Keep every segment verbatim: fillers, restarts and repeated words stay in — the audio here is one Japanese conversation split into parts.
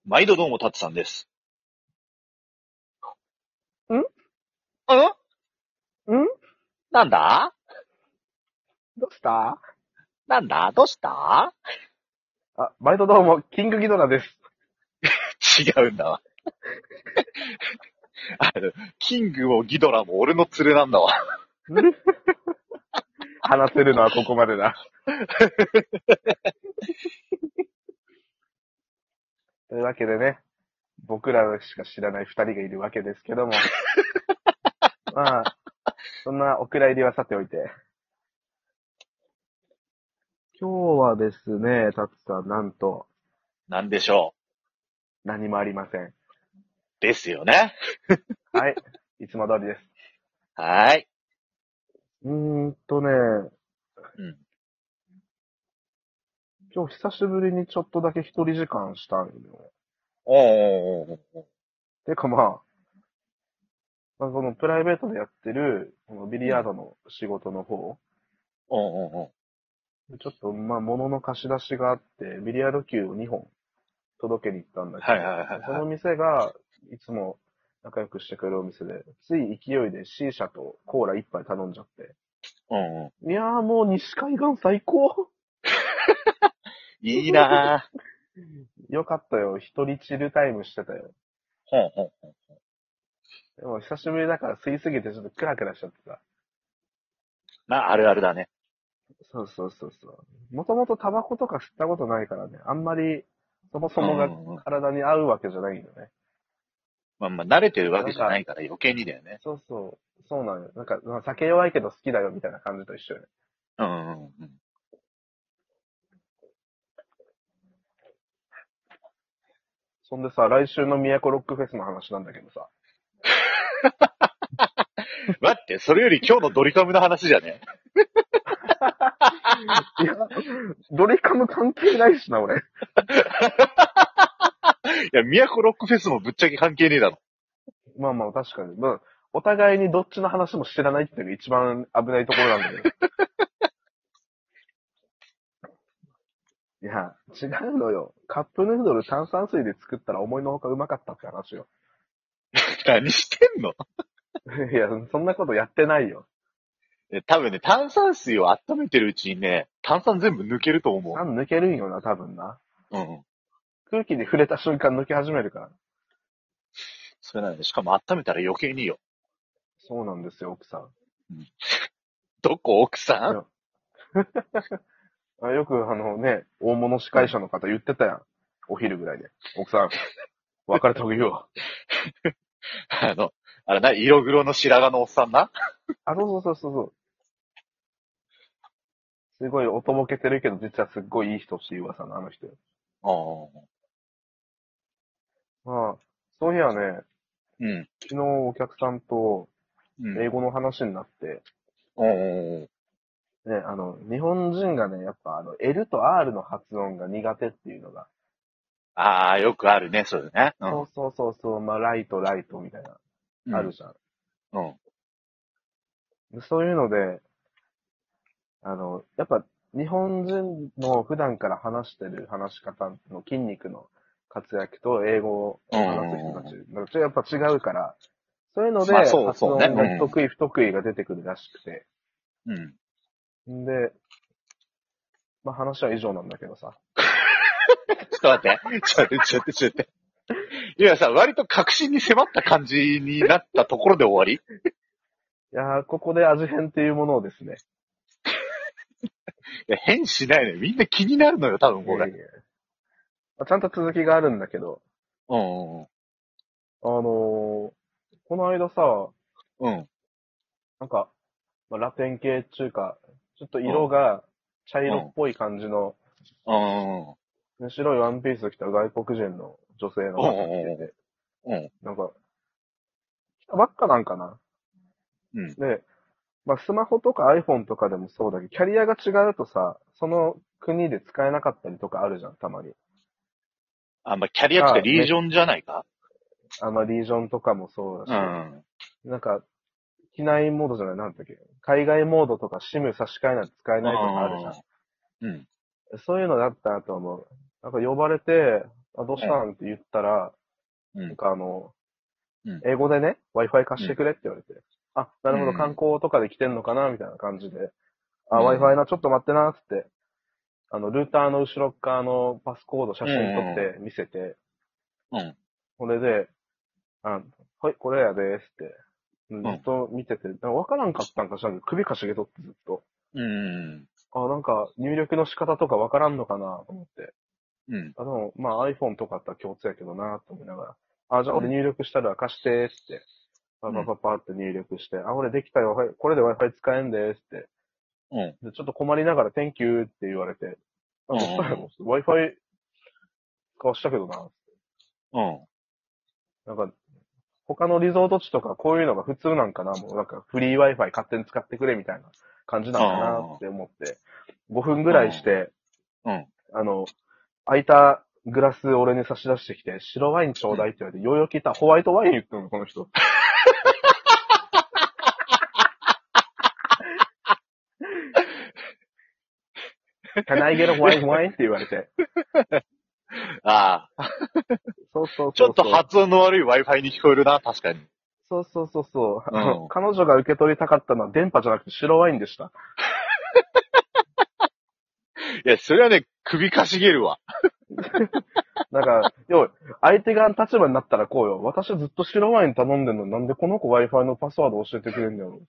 毎度どうも、タツさんです。 んんんなんだどうしたなんだどうしたあ、バイトどうも、キングギドラです。 違うんだわ。あの、キングもギドラも俺の連れなんだわ。 話せるのはここまでだ。というわけでね、僕らしか知らない二人がいるわけですけども。まあ、そんなお蔵入りはさておいて。今日はですね、タツさん、なんと、 なんでしょ何もありません。 う。ですよね。 はい。いつも通りです。 はーい。 うーんとね、 うん。 今日久しぶりにちょっとだけ一人時間したんよ。 おーおーおーおーてかまあ、まあ、そのプライベートでやってる、このビリうん。 ヤードの仕事の方、 おーおーおちょっと、まあ、物の貸し出しがあって、ビリヤード球をにほん届けに行ったんだけど、 はいはいはいそのはい。 店が、いつも仲良くしてくれるお店で、つい勢いで C 社とコーラいっぱい頼んじゃって。 うんうん。 いやーもう西海岸最高いいなぁ。 よかったよ。一人チルタイムしてたよ。 ほんほんほん。 でも久しぶりだから吸いすぎてちょっとクラクラしちゃってさ。 な、あるあるだね。 そうそうそうそう。もともとタバコとか吸ったことないからね、あんまりそもそうもがんうんうん。 体に合うわけじゃないんだよね。 まあまあ、慣れてるわけなんか、 じゃないから余計にだよね。 そうそう、そうなんよ。なんか、まあ酒弱いけど好きだよみたいな感じと一緒よね。 うんうんうん。 そんでさ、来週の都ロックフェスの話なんだけどさ。 待って、それより今日のドリカムの話じゃねいや、ドリカム関係ないしな、俺。 いや、ミヤコロックフェスもぶっちゃけ関係ねえだろ。 まあまあ、確かに。まあ、お互いにどっちの話も知らないっていうのが一番危ないところなんだけど。いや、違うのよ。カップヌードル炭酸水で作ったら思いのほかうまかったって話よ。 何してんのいや、そんなことやってないよ。 え多分ね、炭酸水を温めてるうちにね、炭酸全部抜けると思酸抜けるんよな、多分な。 う。うん。 空気に触れた瞬間抜け始めるから。 それなんで、しかも温めたら余計にいいよ。 そうなんですよ、奥さん。 うん、どこ奥さいや、あよくあのね、大物司んうん。 会者の方言ってたやん。お昼ぐらいで。奥さん、別れた方がいいよ。 あの、あれな、色黒の白髪のおっさんな。 あ、そうそうそうそう。すごいおとぼけてるけど、実はすっごいいい人っていう噂のあの人よ。 ああ。 まあ、そういやね、 うん。 昨日お客さんとうん。 英語の話になって、 おー。 ね、あの、日本人がね、やっぱあの、L と R の発音が苦手っていうのが、 ああ、よくあるね、それね。うん。 そうそうそうそう、まあ、ライト、ライトみたいな、 うん。 あるじゃん。 うん。 でそういうので、あの、やっぱ日本人の普段から話してる話し方の筋肉の活躍と英語をう話す人たち、 ん。 なんかやっぱ違うから、そういうのまあ、 でそう、そうね。 発音が得意不得意が出てくるらしくて。 うん。うん。 んで、まあ話は以上なんだけどさ。 ちょっと待って。ちょっと待って、ちょっと待って、ちょっと待って。いやさ、割と確信に迫った感じになったところで終わりいやー、ここで味変っていうものをですね。 いや、変しないのよ。みんな気になるのよ、多分これ。 いやいや、まあちゃんと続きがあるんだけど、 うん。 あのーこの間さ、 うん。 なんか、まあ、ラテン系っていうか、ちょっとうん。 色が茶うん。 色っぽい感じの、 うん。 ね白いワンピース着た外国人の女性のう方来てん。 て、 うん。 なんか、来たばっかなんかな。 うん。 で、まあ、スマホとか iPhone とかでもそうだけど、キャリアが違うとさ、その国で使えなかったりとかあるじゃん、たまに。 あ、まあ、キャリアとかか、め、 リージョンじゃないかあ、まあ、リージョンとかもそうだうし、 ん。 なんか、機内モードじゃない、なんだっけ、海外モードとか SIM 差し替えないと使えうないとかあるじゃん。 ん。うん。 そういうのだったなと思う。なんか呼ばれて、 あ、どうしたんって言ったら、なんうん。 かあの、 うん英語でね、Wi-Fi 貸してくれって言われて、あ、なるほど、 うん観光とかで来てんのかなみたいな感じで、あ、 うん Wi-Fi な、ちょっと待ってな、つって、あの、ルーターの後ろ側のパスコード写真撮って見せて、 うん。 これで、あ、はい、これやでーすって、ずっと見てて、なんかわからんかったんかしらんけど、首かしげとってずっと。 うん。 あ、なんか入力の仕方とかわからんのかなと思って。 うん。 あ、でも、まあ iPhone とかだったら共通やけどなと思いながら。あ、じゃあうん俺入力したら貸してーって。パうん。 パパパって入力して、あ、俺できたよ、はい、これで Wi-Fi 使えんでーって。 うん。 で、ちょっと困りながら Thank you って言われて、あ、どうしたんやろ ?Wi-Fi 使わしたけどな。 うん。 なんか、他のリゾート地とかこういうのが普通なんかなもうなんかフリー Wi-Fi 勝手に使ってくれみたいな感じなんかなって思って、ごふんぐらいして、 うん。 あの、空いたグラス俺に差し出してきて、白ワインちょうだいって言われて、ようよう聞いたらホワイトワイン言ってるの、この人。Can I get a white wine? って言われて。 ああ。 そうそうそうそう。 ちょっと発音の悪い Wi-Fi に聞こえるな、確かに。 そうそうそうそう、 うん彼女が受け取りたかったのは電波じゃなくて白ワインでした。 いや、それはね、首かしげるわ。 だから、要は、相手側の立場になったらこうよ。私ずっと白ワイン頼んでんのになんでこの子 Wi-Fi のパスワード教えてくれんだよ。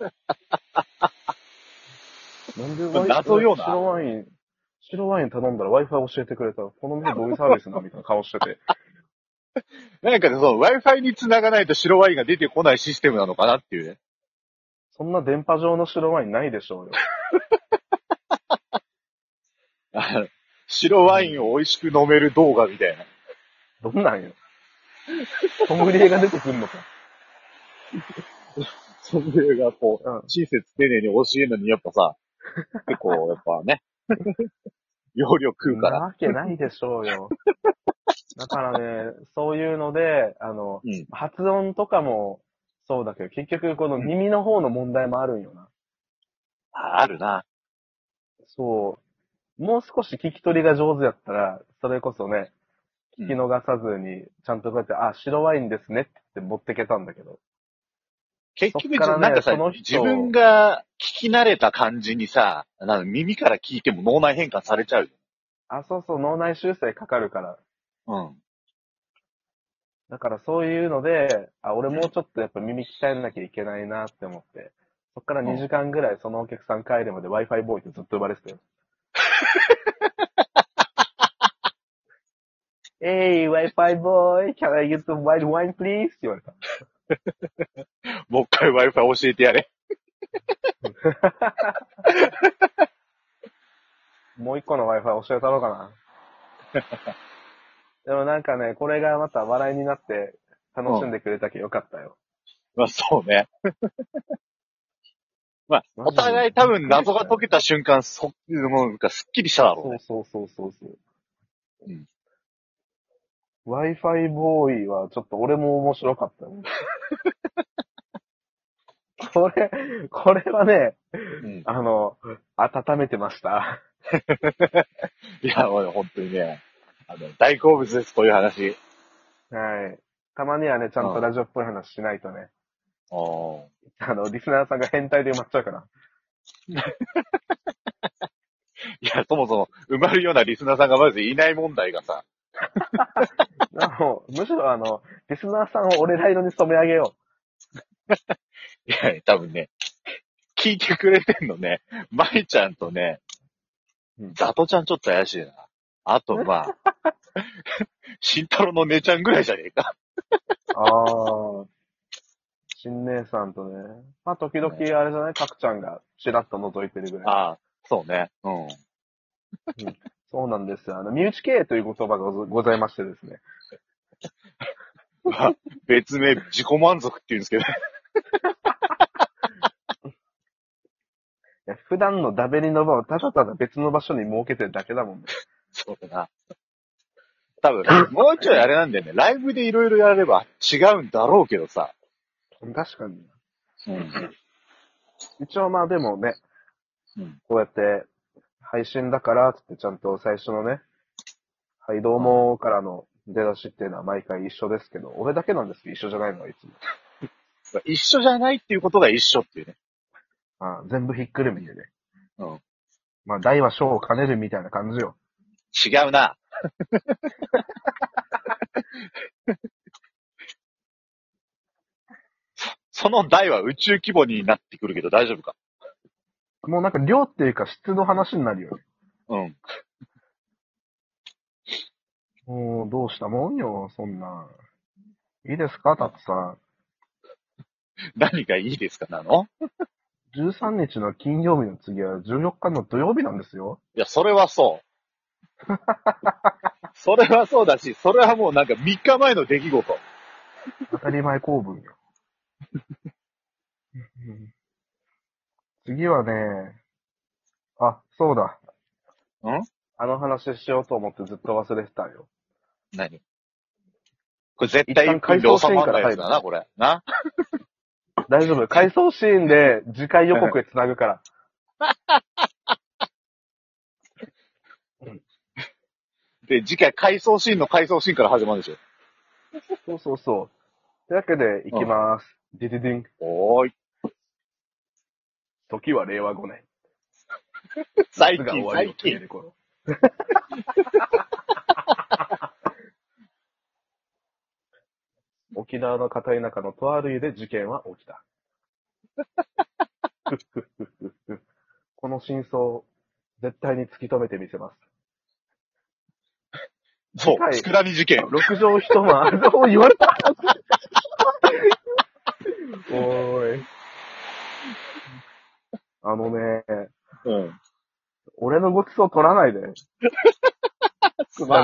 なんで Wi-Fi 謎ような白ワイン、白ワイン頼んだら Wi-Fi 教えてくれたら、この店どういうサービスなみたいな顔してて。 なんかね、その Wi-Fi に繋がないと白ワインが出てこないシステムなのかなっていうね。 そんな電波上の白ワインないでしょうよ。 あの白ワインを美味しく飲める動画みたいな。 どんなんよ。ソムリエが出てくんのか。 それがこうんう、親切丁寧に教えるのにやっぱさ、結構やっぱね、容量食うから。 なわけないでしょうよ。だからね、そういうので、あの、 うん。 発音とかもそうだけど、結局この耳の方の問題もあるんよな。 ああるな。 そう。もう少し聞き取りが上手やったら、それこそね、 うん聞き逃さずに、ちゃんとこうやって、あ、白ワインですねって言って持ってけたんだけど。 結局、 そっからねなんかさ、 その人自分が聞き慣れた感じにさ、なんか耳から聞いても脳内変換されちゃうよ。 あ、そうそう、脳内修正かかるから。 うん。 だからそういうので、あ、俺もうちょっとやっぱ耳鍛えなきゃいけないなって思って。そっからにじかんぐらいそのお客さん帰るまで Wi-Fi ボーイってずっと呼ばれてたよ。Hey, Wi-Fi boy, can I get some white wine please? って言われた。 もう一回 Wi-Fi 教えてやれ。 もう一個の Wi-Fi 教えたろうかな。でもなんかね、これがまた笑いになって楽しんでくれたけよかったよ。 まあそうね。まあ、お互い多分謎が解けた瞬間、そ、もうなんかすっきりしただろうね。 そうそうそうそうそう。 うん。 Wi-Fi ボーイはちょっと俺も面白かったね。これ、これはね、 うん。 あの、温めてました。 いや、もう本当にね、あの、大好物です、こういう話。 はい。たまにはね、ちゃんとラジオっぽい話しないとね。 おー。 あの、リスナーさんが変態で埋まっちゃうから。 いや、そもそも埋まるようなリスナーさんがまずいない問題がさ、 あのむしろあの、リスナーさんを俺ら色に染め上げよいや、多分ね、聞いてくれてんのね、舞ちゃんとね、 うんザトちゃんちょっと怪しいな。あと、まあ、慎太郎の姉ちゃんぐらいじゃねえか。 う。ああ。新姉さんとね。まあ、時々あれじゃないかくちゃんがちらっと覗いてるぐらい。 ああ、そうね。うん。 うん、そうなんですよ。あの、身内経営という言葉がごございましてですね。 まあ、別名、自己満足って言うんですけど。 いや普段のダベリの場をただただ別の場所に設けてるだけだもんね。 そうだな。多分、もうちょいあれなんだよね。ライブでいろいろやれば違うんだろうけどさ。 確かに。 うん。 一応まあでもね、 うん。 こうやって配信だからってちゃんと最初のね、 はい、どうもからの出だしっていうのは毎回一緒ですけど、俺だけなんですけど一緒じゃないのはいつも。 一緒じゃないっていうことが一緒っていうね。 あ全部ひっくるめてね。 うん。 まあ、大は小を兼ねるみたいな感じよ。 違うな。その大は宇宙規模になってくるけど大丈夫か？ もうなんか量っていうか質の話になるよね。 うん。 もうどうしたもんよ、そんな。いいですか、タツさん。 何がいいですかなの？ じゅうさんにちの金曜日の次はじゅうよっかの土曜日なんですよ。 いや、それはそう。それはそうだし、それはもうなんかみっかまえの出来事。 当たり前公文よ。次はね、あ、そうだ。 ん？ あの話しようと思ってずっと忘れてたよ。 何？これ絶対いっぷんで収まんないやつだな、これ。な？ 大丈夫。回想シーンで次回予告へ繋ぐから。 で、次回回想シーンの回想シーンから始まるでしょ。 そうそうそう。というわけで、いきます。ディディディン。 おーい。 時はれいわごねん。 最近、 夏が終わり最近。 を告げる頃。沖縄の片田舎のとある家で事件は起きた。この真相、絶対に突き止めてみせます。 そう次、回スクラミ事件。 六畳一間、そう言われたおーい。あのね、 うん。 俺のごちそう取らないで。 すまん。